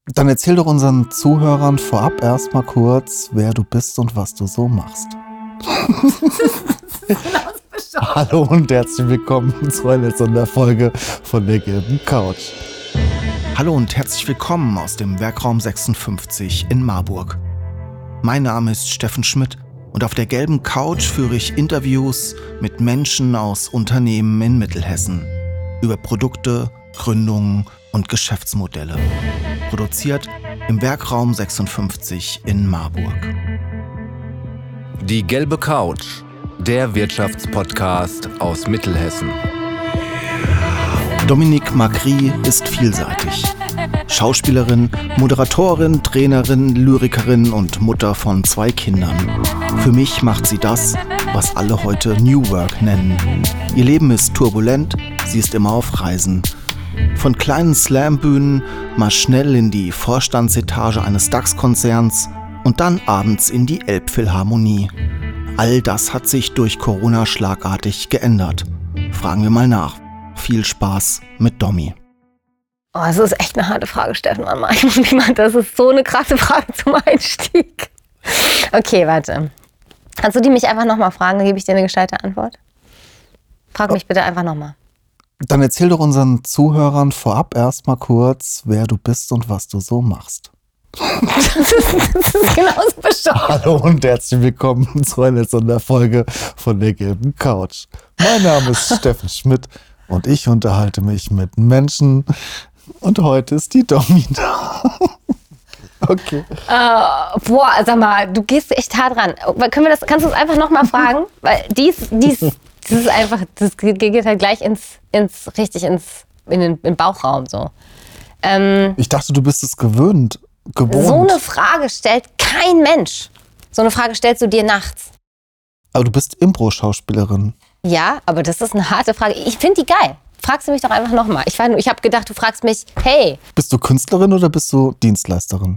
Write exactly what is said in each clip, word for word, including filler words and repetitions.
Dann erzähl doch unseren Zuhörern vorab erstmal kurz, wer du bist und was du so machst. Hallo und herzlich willkommen zu einer Sonderfolge von der gelben Couch. Hallo und herzlich willkommen aus dem Werkraum sechsundfünfzig in Marburg. Mein Name ist Steffen Schmidt und auf der gelben Couch führe ich Interviews mit Menschen aus Unternehmen in Mittelhessen über Produkte, Gründungen und Geschäftsmodelle. Produziert im Werkraum sechsundfünfzig in Marburg. Die gelbe Couch, der Wirtschaftspodcast aus Mittelhessen. Dominique Macri ist vielseitig. Schauspielerin, Moderatorin, Trainerin, Lyrikerin und Mutter von zwei Kindern. Für mich macht sie das, was alle heute New Work nennen. Ihr Leben ist turbulent, sie ist immer auf Reisen. Von kleinen Slam-Bühnen mal schnell in die Vorstandsetage eines DAX-Konzerns und dann abends in die Elbphilharmonie. All das hat sich durch Corona schlagartig geändert. Fragen wir mal nach. Viel Spaß mit Domi. Oh, das ist echt eine harte Frage, Steffen. Das ist so eine krasse Frage zum Einstieg. Okay, warte. Kannst du die mich einfach nochmal fragen, dann gebe ich dir eine gescheite Antwort? Frag mich bitte einfach nochmal. Dann erzähl doch unseren Zuhörern vorab erstmal kurz, wer du bist und was du so machst. Das ist, das ist genauso bescheuert. Hallo und herzlich willkommen zu einer Sonderfolge von der gelben Couch. Mein Name ist Steffen Schmidt und ich unterhalte mich mit Menschen und heute ist die Domi da. Okay. Uh, boah, sag mal, du gehst echt hart ran. Können wir das, kannst du uns einfach nochmal fragen? Weil dies, dies, das ist einfach, das geht halt gleich ins, ins richtig ins, in den, in den Bauchraum so. Ähm, ich dachte, du bist es gewöhnt, gewohnt. So eine Frage stellt kein Mensch. So eine Frage stellst du dir nachts. Aber du bist Impro-Schauspielerin. Ja, aber das ist eine harte Frage. Ich finde die geil. Fragst du mich doch einfach nochmal. Ich, ich habe gedacht, du fragst mich, hey. Bist du Künstlerin oder bist du Dienstleisterin?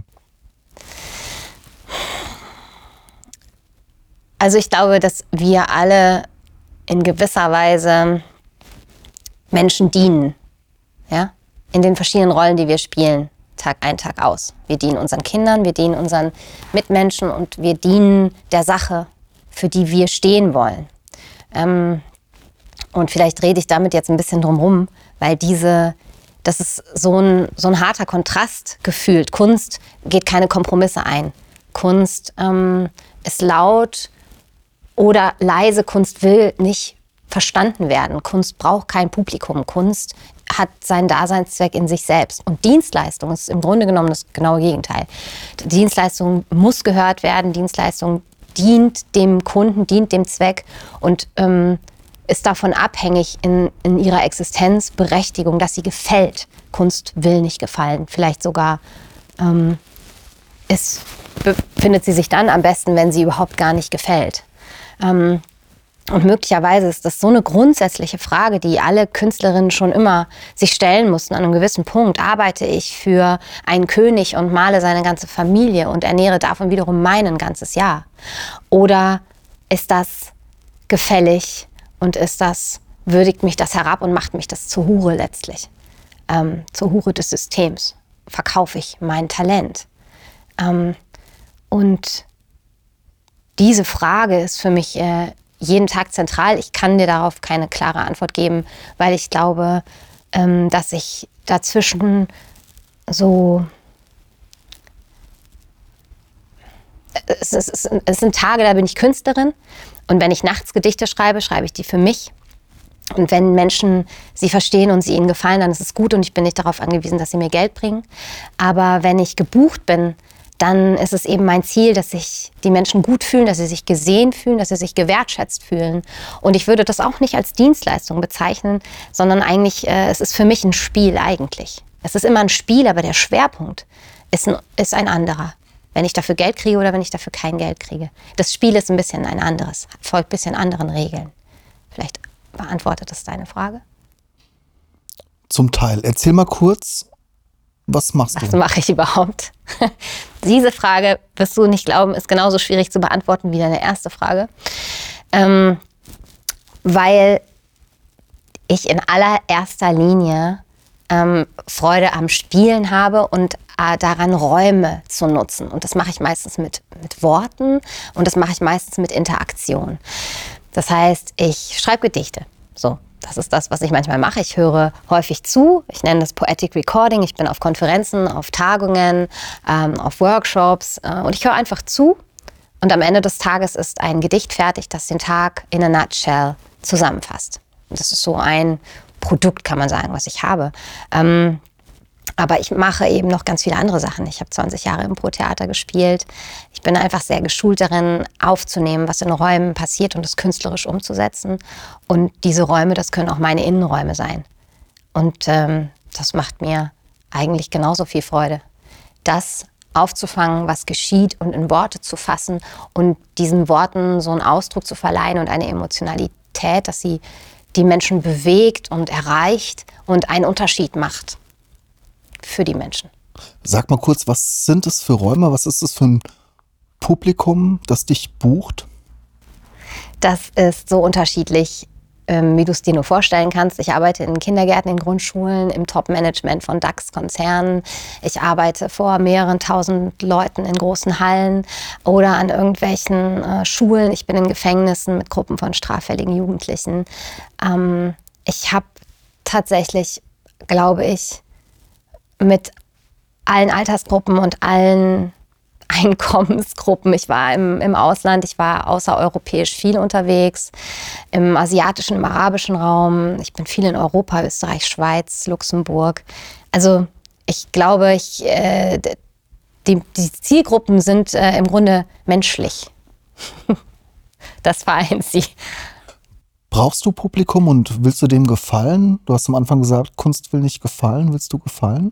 Also ich glaube, dass wir alle in gewisser Weise Menschen dienen. Ja? In den verschiedenen Rollen, die wir spielen, Tag ein, Tag aus. Wir dienen unseren Kindern, wir dienen unseren Mitmenschen und wir dienen der Sache, für die wir stehen wollen. Ähm, und vielleicht rede ich damit jetzt ein bisschen drum rum, weil diese, das ist so ein, so ein harter Kontrast gefühlt. Kunst geht keine Kompromisse ein. Kunst ähm, ist laut oder leise. Kunst will nicht verstanden werden. Kunst braucht kein Publikum. Kunst hat seinen Daseinszweck in sich selbst. Und Dienstleistung ist im Grunde genommen das genaue Gegenteil. Dienstleistung muss gehört werden. Dienstleistung dient dem Kunden, dient dem Zweck und ähm, ist davon abhängig in, in ihrer Existenzberechtigung, dass sie gefällt. Kunst will nicht gefallen. Vielleicht sogar ähm, ist, befindet sie sich dann am besten, wenn sie überhaupt gar nicht gefällt. Ähm, und möglicherweise ist das so eine grundsätzliche Frage, die alle Künstlerinnen schon immer sich stellen mussten. An einem gewissen Punkt arbeite ich für einen König und male seine ganze Familie und ernähre davon wiederum mein ganzes Jahr. Oder ist das gefällig und ist das, würdigt mich das herab und macht mich das zur Hure letztlich. Ähm, zur Hure des Systems. Verkaufe ich mein Talent. Ähm, und diese Frage ist für mich äh, jeden Tag zentral. Ich kann dir darauf keine klare Antwort geben, weil ich glaube, ähm, dass ich dazwischen so... Es, es, es sind Tage, da bin ich Künstlerin und wenn ich nachts Gedichte schreibe, schreibe ich die für mich. Und wenn Menschen sie verstehen und sie ihnen gefallen, dann ist es gut und ich bin nicht darauf angewiesen, dass sie mir Geld bringen. Aber wenn ich gebucht bin, dann ist es eben mein Ziel, dass sich die Menschen gut fühlen, dass sie sich gesehen fühlen, dass sie sich gewertschätzt fühlen. Und ich würde das auch nicht als Dienstleistung bezeichnen, sondern eigentlich, äh, es ist für mich ein Spiel eigentlich. Es ist immer ein Spiel, aber der Schwerpunkt ist ein, ist ein anderer. Wenn ich dafür Geld kriege oder wenn ich dafür kein Geld kriege. Das Spiel ist ein bisschen ein anderes, folgt ein bisschen anderen Regeln. Vielleicht beantwortet das deine Frage? Zum Teil. Erzähl mal kurz, was machst du? Was mache ich überhaupt? Diese Frage, wirst du nicht glauben, ist genauso schwierig zu beantworten wie deine erste Frage. Ähm, weil ich in allererster Linie ähm, Freude am Spielen habe und äh, daran, Räume zu nutzen. Und das mache ich meistens mit, mit Worten und das mache ich meistens mit Interaktion. Das heißt, ich schreibe Gedichte. So, das ist das, was ich manchmal mache. Ich höre häufig zu. Ich nenne das Poetic Recording. Ich bin auf Konferenzen, auf Tagungen, ähm, auf Workshops äh, und ich höre einfach zu. Und am Ende des Tages ist ein Gedicht fertig, das den Tag in a nutshell zusammenfasst. Und das ist so ein Produkt, kann man sagen, was ich habe. Ähm, aber ich mache eben noch ganz viele andere Sachen. Ich habe zwanzig Jahre Impro-Theater gespielt. Ich bin einfach sehr geschult darin, aufzunehmen, was in Räumen passiert und das künstlerisch umzusetzen. Und diese Räume, das können auch meine Innenräume sein. Und ähm, das macht mir eigentlich genauso viel Freude. Das aufzufangen, was geschieht und in Worte zu fassen und diesen Worten so einen Ausdruck zu verleihen und eine Emotionalität, dass sie die Menschen bewegt und erreicht und einen Unterschied macht für die Menschen. Sag mal kurz, was sind es für Räume? Was ist es für ein Publikum, das dich bucht? Das ist so unterschiedlich, ähm, wie du es dir nur vorstellen kannst. Ich arbeite in Kindergärten, in Grundschulen, im Top-Management von DAX-Konzernen. Ich arbeite vor mehreren tausend Leuten in großen Hallen oder an irgendwelchen äh, Schulen. Ich bin in Gefängnissen mit Gruppen von straffälligen Jugendlichen. Ähm, ich habe tatsächlich, glaube ich, mit allen Altersgruppen und allen Einkommensgruppen. Ich war im, im Ausland, ich war außereuropäisch viel unterwegs, im asiatischen, im arabischen Raum. Ich bin viel in Europa, Österreich, Schweiz, Luxemburg. Also ich glaube, ich, äh, die, die Zielgruppen sind äh, im Grunde menschlich. Das vereint sie. Brauchst du Publikum und willst du dem gefallen? Du hast am Anfang gesagt, Kunst will nicht gefallen. Willst du gefallen?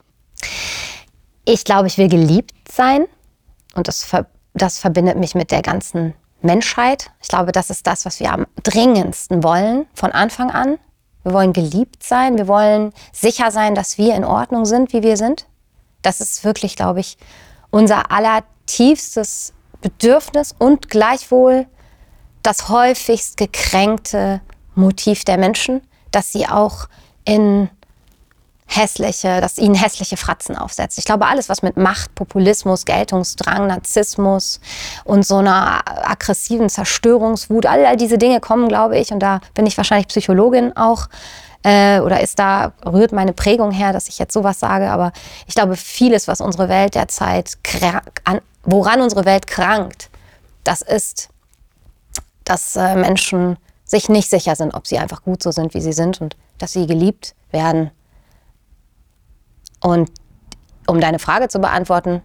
Ich glaube, ich will geliebt sein. Und das, ver- das verbindet mich mit der ganzen Menschheit. Ich glaube, das ist das, was wir am dringendsten wollen, von Anfang an. Wir wollen geliebt sein. Wir wollen sicher sein, dass wir in Ordnung sind, wie wir sind. Das ist wirklich, glaube ich, unser allertiefstes Bedürfnis und gleichwohl das häufigst gekränkte Motiv der Menschen, dass sie auch in hässliche, dass ihnen hässliche Fratzen aufsetzt. Ich glaube, alles, was mit Macht, Populismus, Geltungsdrang, Narzissmus und so einer aggressiven Zerstörungswut, all, all diese Dinge kommen, glaube ich, und da bin ich wahrscheinlich Psychologin auch, äh, oder ist da, rührt meine Prägung her, dass ich jetzt sowas sage, aber ich glaube, vieles, was unsere Welt derzeit, krank, an, woran unsere Welt krankt, das ist, dass äh, Menschen sich nicht sicher sind, ob sie einfach gut so sind, wie sie sind und dass sie geliebt werden. Und um deine Frage zu beantworten,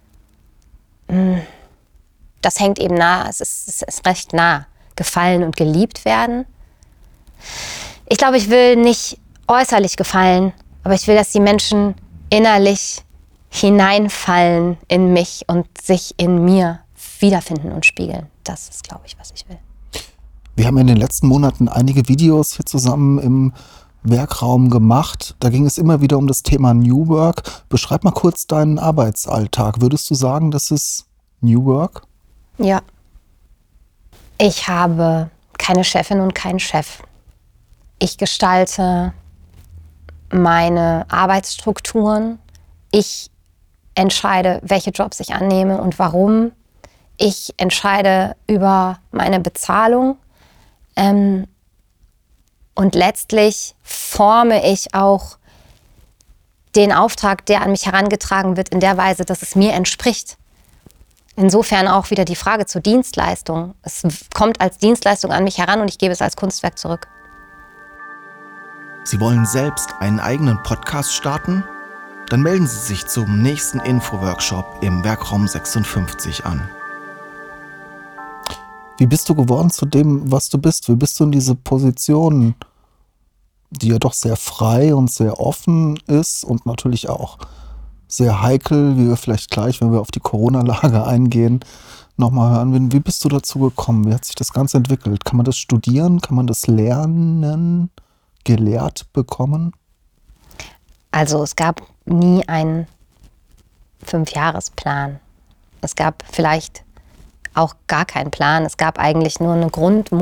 das hängt eben nah, es ist, es ist recht nah, gefallen und geliebt werden. Ich glaube, ich will nicht äußerlich gefallen, aber ich will, dass die Menschen innerlich hineinfallen in mich und sich in mir wiederfinden und spiegeln. Das ist, glaube ich, was ich will. Wir haben in den letzten Monaten einige Videos hier zusammen im Werkraum gemacht. Da ging es immer wieder um das Thema New Work. Beschreib mal kurz deinen Arbeitsalltag. Würdest du sagen, das ist New Work? Ja. Ich habe keine Chefin und keinen Chef. Ich gestalte meine Arbeitsstrukturen. Ich entscheide, welche Jobs ich annehme und warum. Ich entscheide über meine Bezahlung. Ähm, Und letztlich forme ich auch den Auftrag, der an mich herangetragen wird, in der Weise, dass es mir entspricht. Insofern auch wieder die Frage zur Dienstleistung. Es kommt als Dienstleistung an mich heran und ich gebe es als Kunstwerk zurück. Sie wollen selbst einen eigenen Podcast starten? Dann melden Sie sich zum nächsten Info-Workshop im Werkraum sechsundfünfzig an. Wie bist du geworden zu dem, was du bist? Wie bist du in diese Position, die ja doch sehr frei und sehr offen ist und natürlich auch sehr heikel, wie wir vielleicht gleich, wenn wir auf die Corona-Lage eingehen, nochmal hören. Wie bist du dazu gekommen? Wie hat sich das Ganze entwickelt? Kann man das studieren? Kann man das lernen? Gelehrt bekommen? Also es gab nie einen Fünfjahresplan. Es gab vielleicht auch gar keinen Plan. Es gab eigentlich nur eine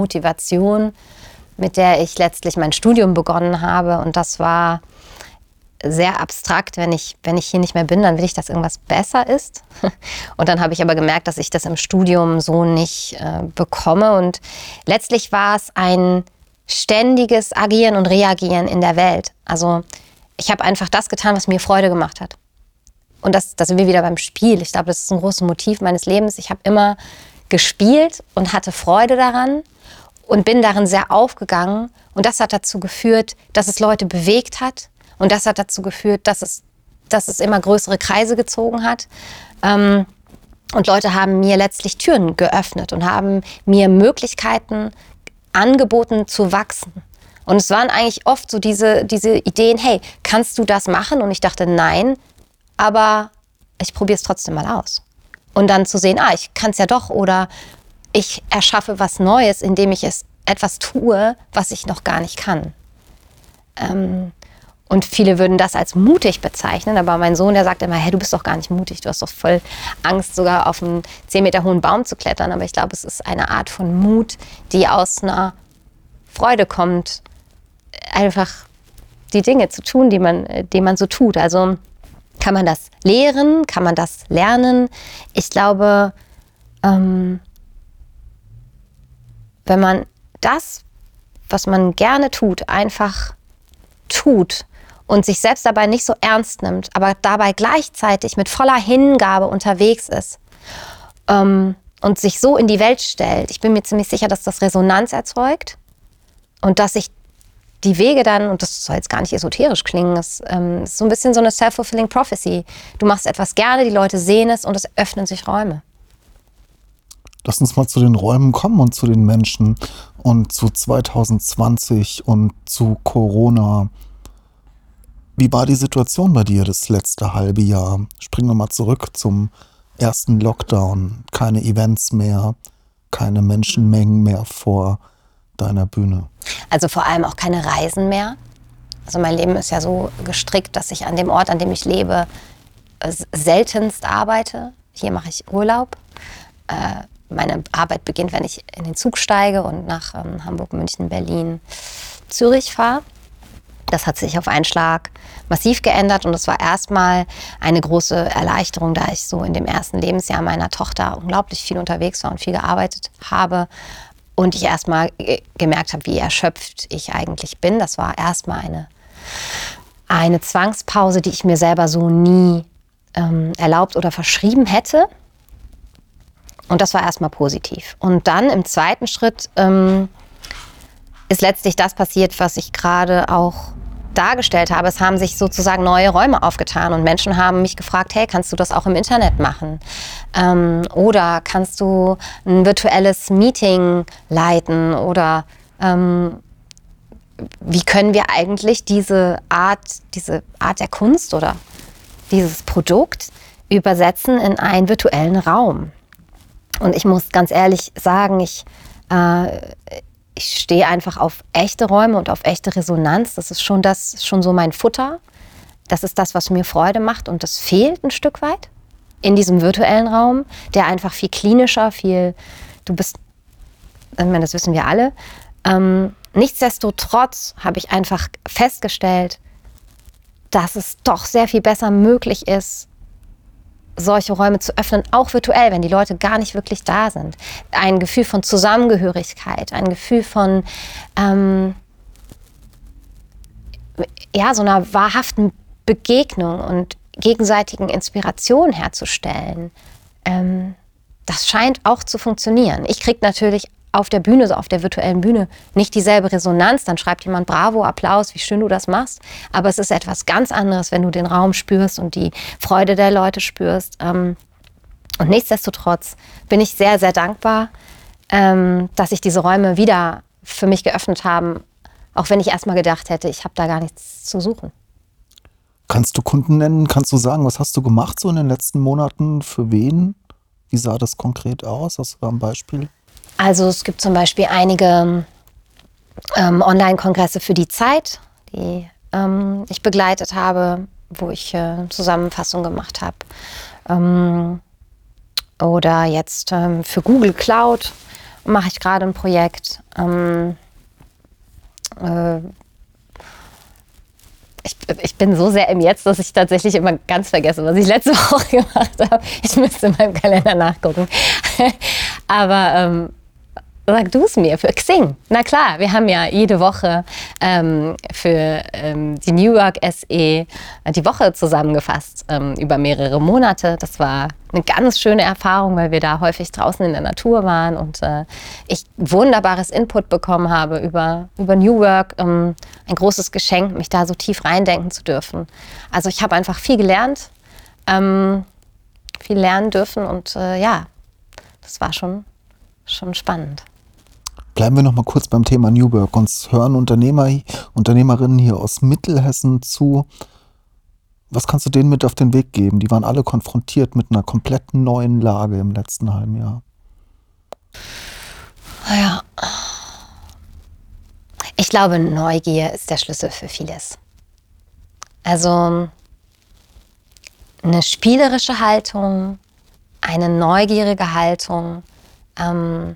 Grundmotivation, mit der ich letztlich mein Studium begonnen habe. Und das war sehr abstrakt, wenn ich, wenn ich hier nicht mehr bin, dann will ich, dass irgendwas besser ist. Und dann habe ich aber gemerkt, dass ich das im Studium so nicht äh, bekomme. Und letztlich war es ein ständiges Agieren und Reagieren in der Welt. Also ich habe einfach das getan, was mir Freude gemacht hat. Und das, das sind wir wieder beim Spiel. Ich glaube, das ist ein großes Motiv meines Lebens. Ich habe immer gespielt und hatte Freude daran und bin darin sehr aufgegangen. Und das hat dazu geführt, dass es Leute bewegt hat. Und das hat dazu geführt, dass es, dass es immer größere Kreise gezogen hat. Ähm, und Leute haben mir letztlich Türen geöffnet und haben mir Möglichkeiten angeboten zu wachsen. Und es waren eigentlich oft so diese, diese Ideen, hey, kannst du das machen? Und ich dachte, nein, aber ich probiere es trotzdem mal aus. Und dann zu sehen, ah, ich kann es ja doch, oder ich erschaffe was Neues, indem ich es etwas tue, was ich noch gar nicht kann. Ähm, und viele würden das als mutig bezeichnen, aber mein Sohn, der sagt immer, hey, du bist doch gar nicht mutig, du hast doch voll Angst, sogar auf einen zehn Meter hohen Baum zu klettern. Aber ich glaube, es ist eine Art von Mut, die aus einer Freude kommt, einfach die Dinge zu tun, die man, die man so tut. Also kann man das lehren, kann man das lernen? Ich glaube, ähm, wenn man das, was man gerne tut, einfach tut und sich selbst dabei nicht so ernst nimmt, aber dabei gleichzeitig mit voller Hingabe unterwegs ist ähm, und sich so in die Welt stellt, ich bin mir ziemlich sicher, dass das Resonanz erzeugt und dass sich die Wege dann, und das soll jetzt gar nicht esoterisch klingen, das ähm, ist so ein bisschen so eine self-fulfilling prophecy. Du machst etwas gerne, die Leute sehen es und es öffnen sich Räume. Lass uns mal zu den Räumen kommen und zu den Menschen und zu zwanzig zwanzig und zu Corona. Wie war die Situation bei dir das letzte halbe Jahr? Springen wir mal zurück zum ersten Lockdown. Keine Events mehr, keine Menschenmengen mehr vor deiner Bühne. Also vor allem auch keine Reisen mehr. Also mein Leben ist ja so gestrickt, dass ich an dem Ort, an dem ich lebe, seltenst arbeite. Hier mache ich Urlaub. Äh, meine Arbeit beginnt, wenn ich in den Zug steige und nach ähm, Hamburg, München, Berlin, Zürich fahre. Das hat sich auf einen Schlag massiv geändert und es war erstmal eine große Erleichterung, da ich so in dem ersten Lebensjahr meiner Tochter unglaublich viel unterwegs war und viel gearbeitet habe. Und ich erstmal gemerkt habe, wie erschöpft ich eigentlich bin. Das war erstmal eine, eine Zwangspause, die ich mir selber so nie ähm, erlaubt oder verschrieben hätte. Und das war erstmal positiv. Und dann im zweiten Schritt ähm, ist letztlich das passiert, was ich gerade auch dargestellt habe. Es haben sich sozusagen neue Räume aufgetan und Menschen haben mich gefragt, hey, kannst du das auch im Internet machen? Ähm, oder kannst du ein virtuelles Meeting leiten? Oder ähm, wie können wir eigentlich diese Art, diese Art der Kunst oder dieses Produkt übersetzen in einen virtuellen Raum? Und ich muss ganz ehrlich sagen, ich äh, Ich stehe einfach auf echte Räume und auf echte Resonanz. Das ist schon das, schon so mein Futter. Das ist das, was mir Freude macht. Und das fehlt ein Stück weit in diesem virtuellen Raum, der einfach viel klinischer, viel, du bist, ich meine, das wissen wir alle. Ähm, nichtsdestotrotz habe ich einfach festgestellt, dass es doch sehr viel besser möglich ist, solche Räume zu öffnen, auch virtuell, wenn die Leute gar nicht wirklich da sind. Ein Gefühl von Zusammengehörigkeit, ein Gefühl von ähm, ja, so einer wahrhaften Begegnung und gegenseitigen Inspiration herzustellen. Ähm, das scheint auch zu funktionieren. Ich kriege natürlich auf der Bühne, so auf der virtuellen Bühne, nicht dieselbe Resonanz. Dann schreibt jemand Bravo, Applaus, wie schön du das machst. Aber es ist etwas ganz anderes, wenn du den Raum spürst und die Freude der Leute spürst. Und nichtsdestotrotz bin ich sehr, sehr dankbar, dass sich diese Räume wieder für mich geöffnet haben, auch wenn ich erstmal gedacht hätte, ich habe da gar nichts zu suchen. Kannst du Kunden nennen? Kannst du sagen, was hast du gemacht so in den letzten Monaten? Für wen? Wie sah das konkret aus? Hast du da ein Beispiel? Also es gibt zum Beispiel einige ähm, Online-Kongresse für die Zeit, die ähm, ich begleitet habe, wo ich äh, Zusammenfassungen gemacht habe. Ähm, oder jetzt ähm, für Google Cloud mache ich gerade ein Projekt. Ähm, äh, Ich, ich bin so sehr im Jetzt, dass ich tatsächlich immer ganz vergesse, was ich letzte Woche gemacht habe. Ich müsste in meinem Kalender nachgucken. Aber ähm, sag du es mir, für Xing. Na klar, wir haben ja jede Woche ähm, für ähm, die New Work S E die Woche zusammengefasst ähm, über mehrere Monate. Das war eine ganz schöne Erfahrung, weil wir da häufig draußen in der Natur waren und äh, ich wunderbares Input bekommen habe über, über New Work. Ähm, ein großes Geschenk, mich da so tief reindenken zu dürfen. Also ich habe einfach viel gelernt, ähm, viel lernen dürfen und äh, ja, das war schon, schon spannend. Bleiben wir noch mal kurz beim Thema New Work. Uns hören Unternehmer, Unternehmerinnen hier aus Mittelhessen zu. Was kannst du denen mit auf den Weg geben? Die waren alle konfrontiert mit einer komplett neuen Lage im letzten halben Jahr. Ja. Ich glaube, Neugier ist der Schlüssel für vieles. Also eine spielerische Haltung, eine neugierige Haltung, ähm,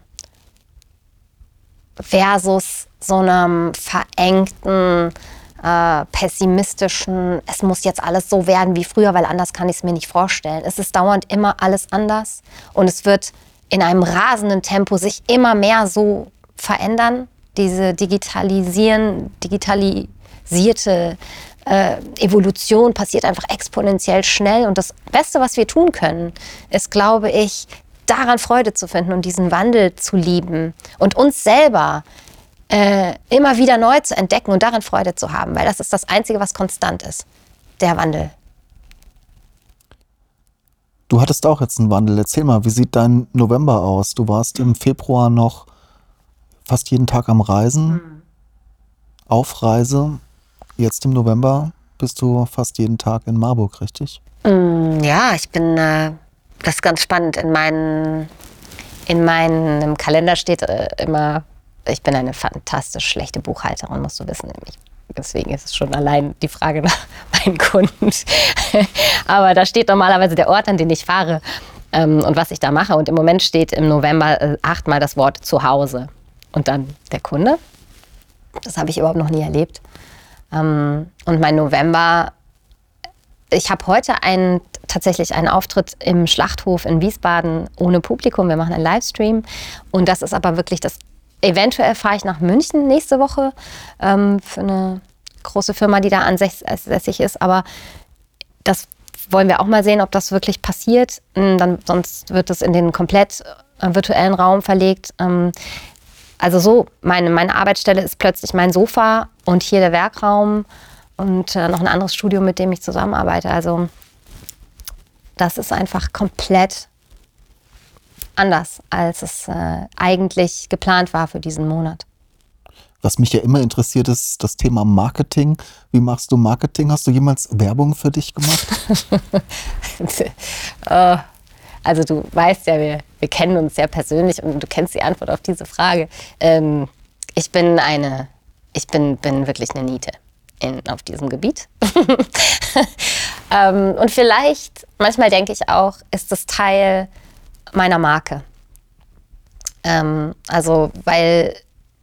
versus so einem verengten, äh, pessimistischen, es muss jetzt alles so werden wie früher, weil anders kann ich es mir nicht vorstellen. Es ist dauernd immer alles anders und es wird in einem rasenden Tempo sich immer mehr so verändern. Diese digitalisieren, digitalisierte äh, Evolution passiert einfach exponentiell schnell und das Beste, was wir tun können, ist, glaube ich, daran Freude zu finden und diesen Wandel zu lieben und uns selber äh, immer wieder neu zu entdecken und daran Freude zu haben, weil das ist das Einzige, was konstant ist, der Wandel. Du hattest auch jetzt einen Wandel. Erzähl mal, wie sieht dein November aus? Du warst im Februar noch fast jeden Tag am Reisen, mhm. auf Reise. Jetzt im November bist du fast jeden Tag in Marburg, richtig? Mm, ja, ich bin... Äh Das ist ganz spannend. In, meinen, in meinem Kalender steht äh, immer, ich bin eine fantastisch schlechte Buchhalterin, musst du wissen. Nämlich. Deswegen ist es schon allein die Frage nach meinen Kunden. Aber da steht normalerweise der Ort, an den ich fahre ähm, und was ich da mache. Und im Moment steht im November äh, achtmal das Wort Zuhause. Und dann der Kunde. Das habe ich überhaupt noch nie erlebt. Ähm, und mein November... Ich habe heute einen, tatsächlich einen Auftritt im Schlachthof in Wiesbaden ohne Publikum. Wir machen einen Livestream. Und das ist aber wirklich das. Eventuell fahre ich nach München nächste Woche ähm, für eine große Firma, die da ansässig ist. Aber das wollen wir auch mal sehen, ob das wirklich passiert. Dann, sonst wird es in den komplett äh, virtuellen Raum verlegt. Ähm, also so, meine, meine Arbeitsstelle ist plötzlich mein Sofa und hier der Werkraum. Und äh, noch ein anderes Studio, mit dem ich zusammenarbeite. Also das ist einfach komplett anders, als es äh, eigentlich geplant war für diesen Monat. Was mich ja immer interessiert, ist das Thema Marketing. Wie machst du Marketing? Hast du jemals Werbung für dich gemacht? oh, also du weißt ja, wir, wir kennen uns ja persönlich und du kennst die Antwort auf diese Frage. Ähm, ich bin eine, ich bin, bin wirklich eine Niete. In, auf diesem Gebiet. ähm, und vielleicht, manchmal denke ich auch, ist das Teil meiner Marke. Ähm, also, weil,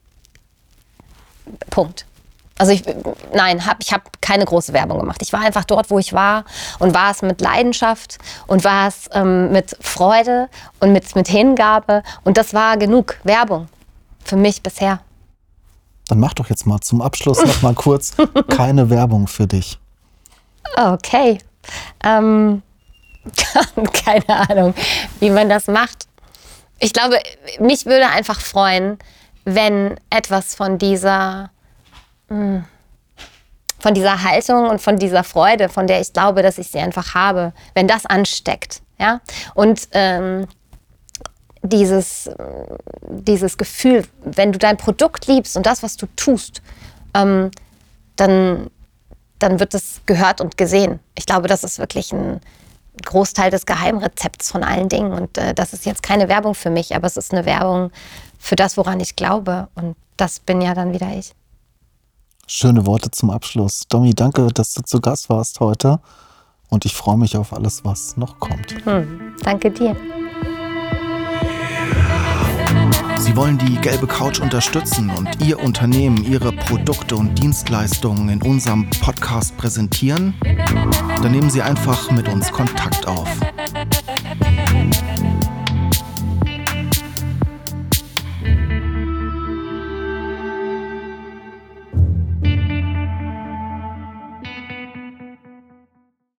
Punkt. Also ich, nein, hab, ich habe keine große Werbung gemacht. Ich war einfach dort, wo ich war und war es mit Leidenschaft und war es ähm, mit Freude und mit, mit Hingabe und das war genug Werbung für mich bisher. Dann mach doch jetzt mal zum Abschluss noch mal kurz keine Werbung für dich. Okay. Ähm, keine Ahnung, wie man das macht. Ich glaube, mich würde einfach freuen, wenn etwas von dieser, mh, von dieser Haltung und von dieser Freude, von der ich glaube, dass ich sie einfach habe, wenn das ansteckt. Ja? Und ähm, Dieses, dieses Gefühl, wenn du dein Produkt liebst und das, was du tust, ähm, dann, dann wird es gehört und gesehen. Ich glaube, das ist wirklich ein Großteil des Geheimrezepts von allen Dingen. Und äh, das ist jetzt keine Werbung für mich, aber es ist eine Werbung für das, woran ich glaube. Und das bin ja dann wieder ich. Schöne Worte zum Abschluss. Domi, danke, dass du zu Gast warst heute. Und ich freue mich auf alles, was noch kommt. Hm, danke dir. Sie wollen die Gelbe Couch unterstützen und Ihr Unternehmen, Ihre Produkte und Dienstleistungen in unserem Podcast präsentieren? Dann nehmen Sie einfach mit uns Kontakt auf.